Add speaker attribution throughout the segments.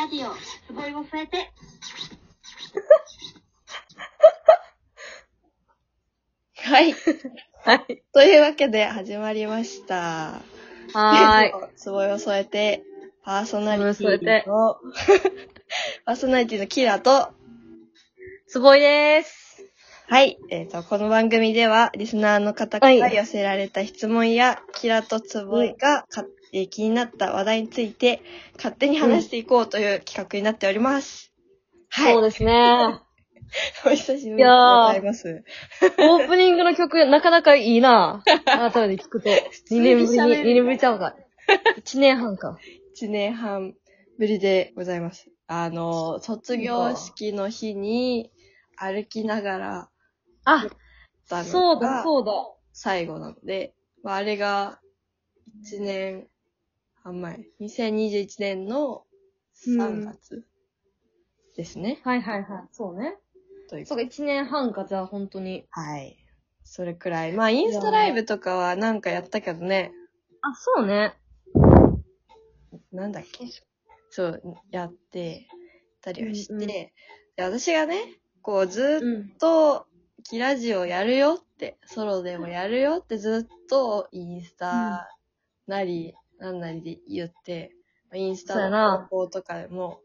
Speaker 1: ラジオ、つぼいを添えて。
Speaker 2: はい。
Speaker 3: はい。
Speaker 2: というわけで始まりました。
Speaker 3: はーい。
Speaker 2: つぼいを添えて、パーソナリテ
Speaker 3: つぼいを添えて
Speaker 2: ィの、パーソナリティのキラと、
Speaker 3: つぼいでーす。
Speaker 2: はい。この番組では、リスナーの方から寄せられた質問や、キラとつぼいが気になった話題について、勝手に話していこうという企画になっております。はい。
Speaker 3: そうですね。
Speaker 2: お久しぶりでございます。
Speaker 3: オープニングの曲、なかなかいいな。改めて聞くと。2年ぶりちゃうか。1年半か。
Speaker 2: 1年半ぶりでございます。卒業式の日に歩きながら、
Speaker 3: そうだ。
Speaker 2: 最後なので、あれが1年半前、2021年の3月ですね。
Speaker 3: はい。そうね。そうか、1年半か、じゃあ本当に。
Speaker 2: はい。それくらい。インスタライブとかはなんかやったけどね。
Speaker 3: そうね。
Speaker 2: なんだっけ。そう、やってたりはして、で私がね、ずっと、キラジオやるよって、ソロでもやるよってずっとインスタなり、なんなりで言って、インスタの投稿とかでも、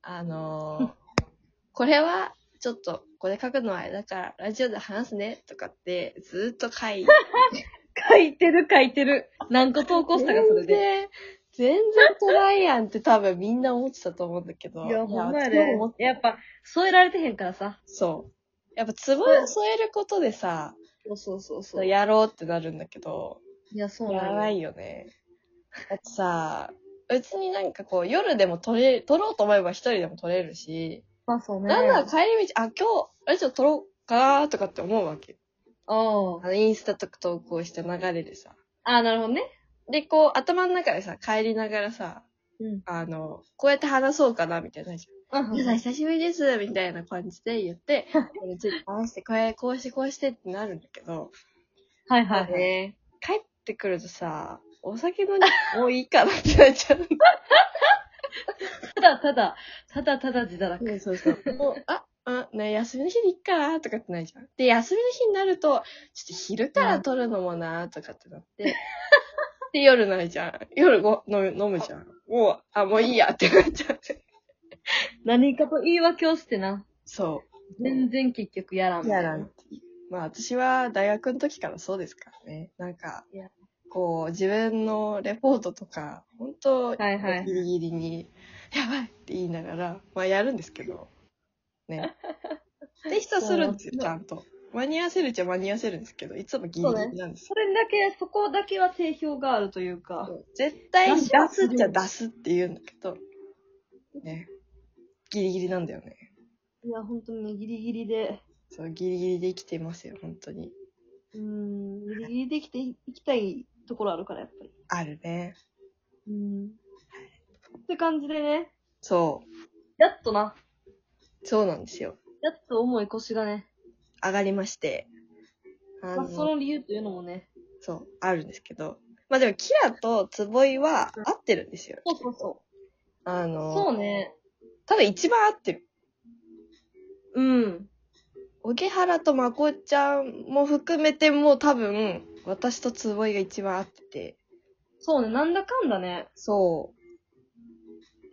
Speaker 2: これは、ちょっと、これ書くのはあれだから、ラジオで話すね、とかって、ずっと書い
Speaker 3: てる。何個投稿したか、それで。
Speaker 2: 全然トライやんって多分みんな思ってたと思うんだけど。
Speaker 3: いや、ほんまやで。やっぱ、添えられてへんからさ。
Speaker 2: そう。やっぱ、ツボを添えることでさ、
Speaker 3: そう。
Speaker 2: やろうってなるんだけど、
Speaker 3: いや、そう
Speaker 2: やらないよね。だってさ、別になんか夜でも撮ろうと思えば一人でも撮れるし、
Speaker 3: そうね。
Speaker 2: なんなら帰り道、今日、ラジオ撮ろうかなとかって思うわけ。インスタとか投稿した流れでさ。
Speaker 3: なるほどね。
Speaker 2: で、頭の中でさ、帰りながらさ、こうやって話そうかな、みたいなじゃん。皆さん久しぶりです、みたいな感じで言って、これついて話して、こうしてってなるんだけど。
Speaker 3: はい。
Speaker 2: ね、帰ってくるとさ、お酒飲んでもういいかなってなっちゃう。
Speaker 3: ただ自堕落。
Speaker 2: そう。もう、休みの日でいっかとかってないじゃん。で、休みの日になると、ちょっと昼から撮るのもなとかってなって。で、夜ないじゃん。夜飲むじゃん。もういいやってなっちゃって。
Speaker 3: 何かと言い訳をしてな。
Speaker 2: そう。
Speaker 3: 全然結局やらん。
Speaker 2: 私は大学の時からそうですからね。なんか、自分のレポートとか、本当ギリギリに、やばいって言いながら、やるんですけど、ね。提出はするんですよ、ちゃんと。間に合わせるっちゃ間に合わせるんですけど、いつもギリギリなんです。
Speaker 3: そこだけは定評があるというか。
Speaker 2: 絶対に出すっちゃ出すって言うんだけど、ね。ギリギリなんだよね。
Speaker 3: いや、本当にね、ギリギリで。
Speaker 2: そう、ギリギリで生きてますよ、本当に。
Speaker 3: ギリギリで生きていきたいところあるから、やっぱり。
Speaker 2: あるね。
Speaker 3: って感じでね。
Speaker 2: そう。
Speaker 3: やっとな。
Speaker 2: そうなんですよ。
Speaker 3: やっと重い腰がね。
Speaker 2: 上がりまして。
Speaker 3: その理由というのもね。
Speaker 2: そう、あるんですけど。でも、キラとつぼいは合ってるんですよ。
Speaker 3: そう。そうね。
Speaker 2: 多分一番合ってる。荻原とまこちゃんも含めても多分、私とつぼいが一番合ってて。
Speaker 3: そうね、なんだかんだね。
Speaker 2: そう。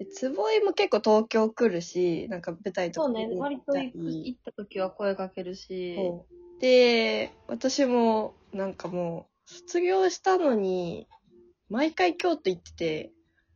Speaker 2: つぼいも結構東京来るし、なんか舞台とか
Speaker 3: そうね、割と行った時は声かけるし。
Speaker 2: で、私もなんかもう、卒業したのに、毎回京都行ってて、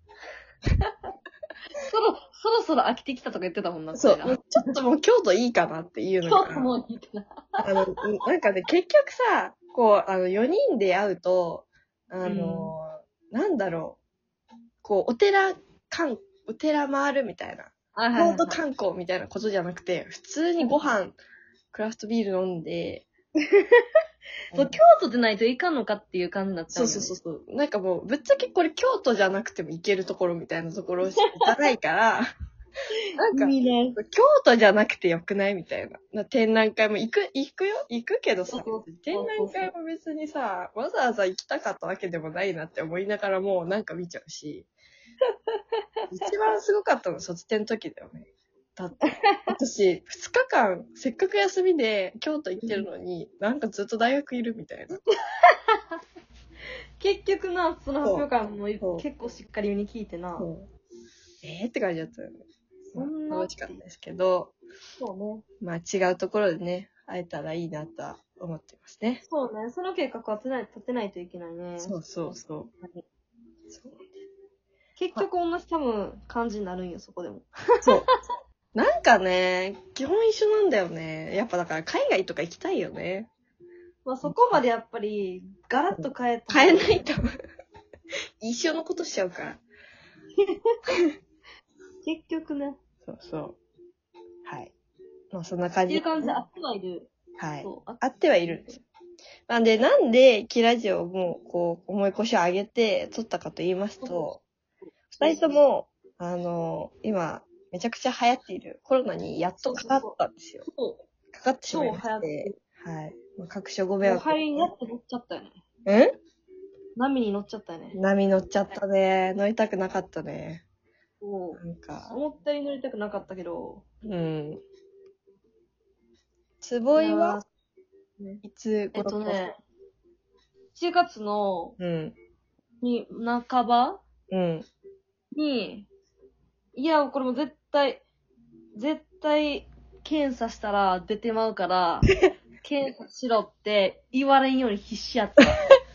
Speaker 3: そろそろ飽きてきたとか言ってたもんな。
Speaker 2: そう、ちょっともう京都いいかなっていうのが。
Speaker 3: 京都もいいかな。
Speaker 2: なんかね、結局さ、4人で会うと、なんだろう、お寺回るみたいな。京都観光みたいなことじゃなくて、普通にご飯、クラフトビール飲んで、
Speaker 3: そう、京都でないといかんのかっていう感じになっちゃう、ね。
Speaker 2: そう。なんかもう、ぶっちゃけこれ京都じゃなくても行けるところみたいなところしか行かないから、なんか、京都じゃなくてよくないみたいな。展覧会も行くけどさ、展覧会も別にさ、わざわざ行きたかったわけでもないなって思いながらもうなんか見ちゃうし、 一番すごかったの卒展の時だよね。だって、私、2日間、せっかく休みで京都行ってるのに、なんかずっと大学いるみたいな。
Speaker 3: 結局な、その発表会も
Speaker 2: そう
Speaker 3: 結構しっかりめに聞いてな。
Speaker 2: って感じだったよね。
Speaker 3: そんな
Speaker 2: 楽しかったですけど、
Speaker 3: そうね。
Speaker 2: まあ違うところでね、会えたらいいなとは思ってますね。
Speaker 3: そうね。その計画は立てないといけないね。
Speaker 2: そうそうそう。
Speaker 3: はい
Speaker 2: そう
Speaker 3: 結局同じ多分感じになるんよ、そこでも。
Speaker 2: そう。なんかね、基本一緒なんだよね。やっぱだから海外とか行きたいよね。
Speaker 3: まあそこまでやっぱり、ガラッと変えた。
Speaker 2: 変えないと。一緒のことしちゃうから。
Speaker 3: 結局ね。
Speaker 2: そうそう。はい。まあそんな感じ。
Speaker 3: っていう感じで、あってはいる。
Speaker 2: はい。
Speaker 3: そう
Speaker 2: あってはいるんですよ。なんで、キラジオも、こう、重い腰を上げて撮ったかと言いますと、二人とも、今、めちゃくちゃ流行っているコロナにやっとかかったんですよ。かかってしまいまして。はい。まあ、各所ご迷惑。
Speaker 3: はい、やって乗っちゃったよね。波に乗っちゃったよね。
Speaker 2: 波乗っちゃったね。乗りたくなかったね。
Speaker 3: なん
Speaker 2: か。
Speaker 3: 思ったより乗りたくなかったけど。
Speaker 2: つぼいはいつ頃
Speaker 3: 7月の、半ばに、いや、これも絶対、検査したら出てまうから、検査しろって言われんように必死やった。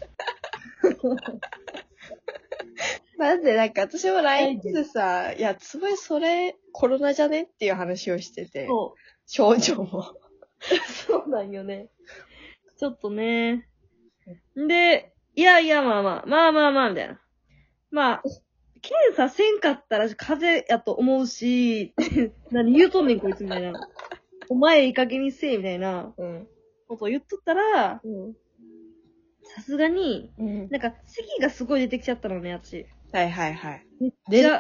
Speaker 2: なんでなんか私も LINE でさ、いや、つぼいそれコロナじゃねっていう話をしてて。
Speaker 3: そう。
Speaker 2: 症状も。
Speaker 3: そうなんよね。ちょっとね。で、いや、まあ、みたいな。まあ、検査せんかったら風邪やと思うし、何言うとんねんこいつみたいな。お前いい加減にせえみたいなことを言っとったら、さすがに、なんか咳がすごい出てきちゃったのね、私。
Speaker 2: はいはいはい。
Speaker 3: めっ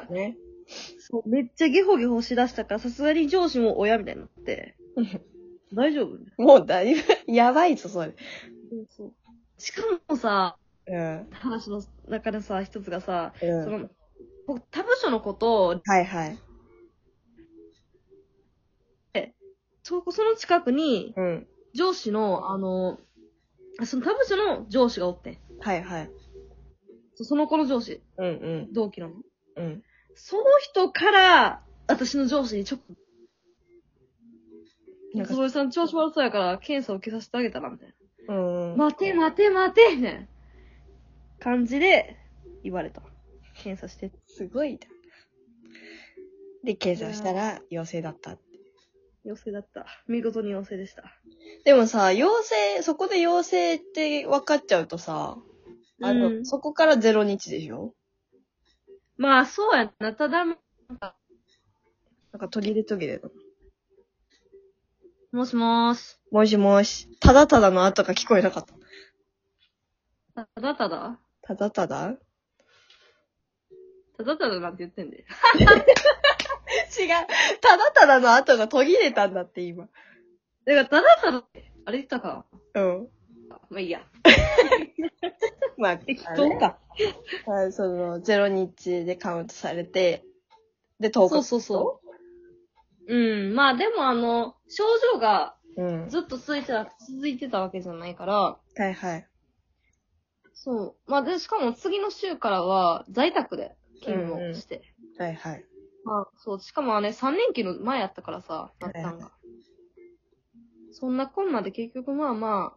Speaker 3: ちゃゲホゲホしだしたから、さすがに上司も親みたいになって。大丈夫
Speaker 2: もうだいぶ、やばいぞ、それ。
Speaker 3: そう。しかもさ、話の中でさ、一つがさ、僕、他部署のことを、
Speaker 2: はいはい。
Speaker 3: その近くに、上司の、その他部署の上司がおって。
Speaker 2: はいはい。そ
Speaker 3: の子の上司。同期なの。その人から、私の上司につぼりさん調子悪そうやから、検査を受けさせてあげたら、みたいな。待てみたいな感じで言われた。検査して。
Speaker 2: すごいな。で、検査したら陽性だったって。
Speaker 3: 陽性だった。見事に陽性でした。
Speaker 2: でもさ、そこで陽性って分かっちゃうとさ、そこから0日でしょ？
Speaker 3: まあ、そうやな。ただ、
Speaker 2: なんか途切れの。
Speaker 3: もしもーし。
Speaker 2: もしもし。ただただの後が聞こえなかった。
Speaker 3: ただただ
Speaker 2: ただただ
Speaker 3: ただただなんて言ってんで。違う。
Speaker 2: ただただの後が途切れたんだって、今。
Speaker 3: だから、ただただ、あれ言ったか。まあいいや。
Speaker 2: まあ、
Speaker 3: 適当か。
Speaker 2: 0日でカウントされて、で、10日。
Speaker 3: そう。まあでも症状が、ずっと続いてたわけじゃないから。
Speaker 2: はいはい。
Speaker 3: そう。まあで、しかも次の週からは在宅で勤務をして。
Speaker 2: はいはい。
Speaker 3: まあそう、しかも3連休の前やったからさ、なったんが。そんなこんなで結局まあ、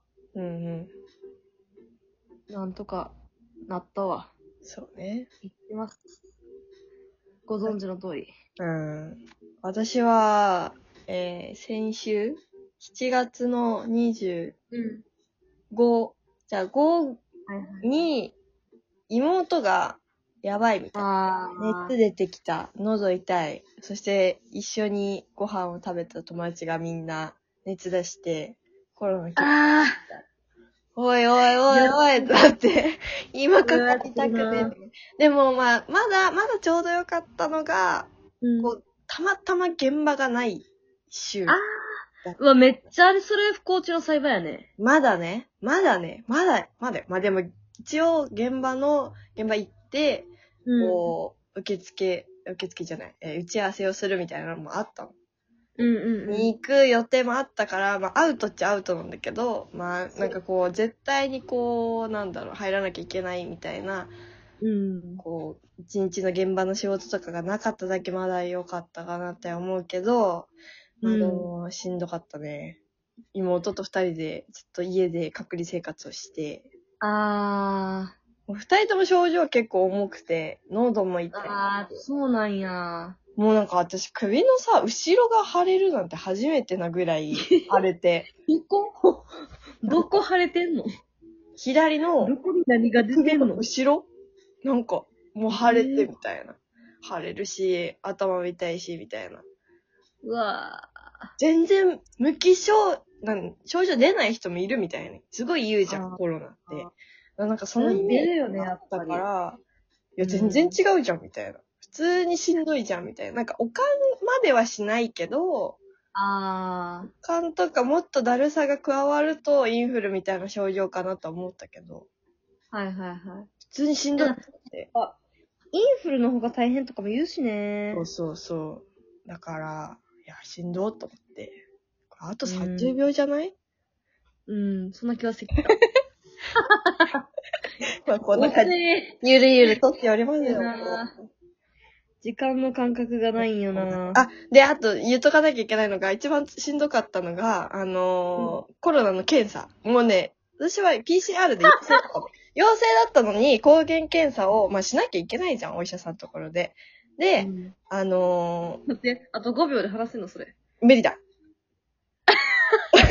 Speaker 3: なんとかなったわ。
Speaker 2: そうね。
Speaker 3: 言ってます。ご存知の通り。
Speaker 2: 私は、先週、7月の25、じゃあ5に、妹がやばいみたいな。熱出てきた。喉痛い。そして一緒にご飯を食べた友達がみんな熱出して、コロナ来た。おいってなって、今かかりたくね。でもまだちょうどよかったのが、こうたまたま現場がない週。
Speaker 3: うわ、めっちゃそれ不幸中の幸いやね。
Speaker 2: まだね。まあでも、一応現場行って、こ受付じゃない、打ち合わせをするみたいなのもあったの。
Speaker 3: うん
Speaker 2: に行く予定もあったから、まあアウトっちゃアウトなんだけど、まあなんかこう、絶対にこう、なんだろう、入らなきゃいけないみたいな、こう、一日の現場の仕事とかがなかっただけまだ良かったかなって思うけど、まあでも、しんどかったね。妹と二人でずっと家で隔離生活をして、もう二人とも症状結構重くて、喉も痛い。
Speaker 3: そうなんや。
Speaker 2: もうなんか私首のさ、後ろが腫れるなんて初めてなぐらい腫れて。
Speaker 3: どこ腫れてんの？
Speaker 2: 左の
Speaker 3: どこに何が出て
Speaker 2: 首の
Speaker 3: んの？
Speaker 2: 後ろなんか、もう腫れてみたいな。腫れるし、頭も痛いし、みたいな。
Speaker 3: うわ
Speaker 2: 全然無気症、症状出ない人もいるみたいな。すごい言うじゃん、コロナって。なんかそのイメージがあったから、いや、全然違うじゃん、みたいな。普通にしんどいじゃん、みたいな。なんか、おかんまではしないけど、おかんとかもっとだるさが加わると、インフルみたいな症状かなと思ったけど。
Speaker 3: はい。
Speaker 2: 普通にしんどいって。
Speaker 3: インフルの方が大変とかも言うしね。
Speaker 2: そう。だから、いや、しんどーと思って。あと30秒じゃない？
Speaker 3: そんな気がしてきた。
Speaker 2: まあ、こんな感じ。ゆるゆるとっておりますよ。
Speaker 3: 時間の感覚がないんよな。
Speaker 2: で、あと言っとかなきゃいけないのが、一番しんどかったのが、コロナの検査。もうね、私は PCR で陽性だったの。陽性だったのに、抗原検査を、まあ、しなきゃいけないじゃん、お医者さんのところで。で、
Speaker 3: 待って、あと5秒で話せんの、それ。
Speaker 2: 無理だ。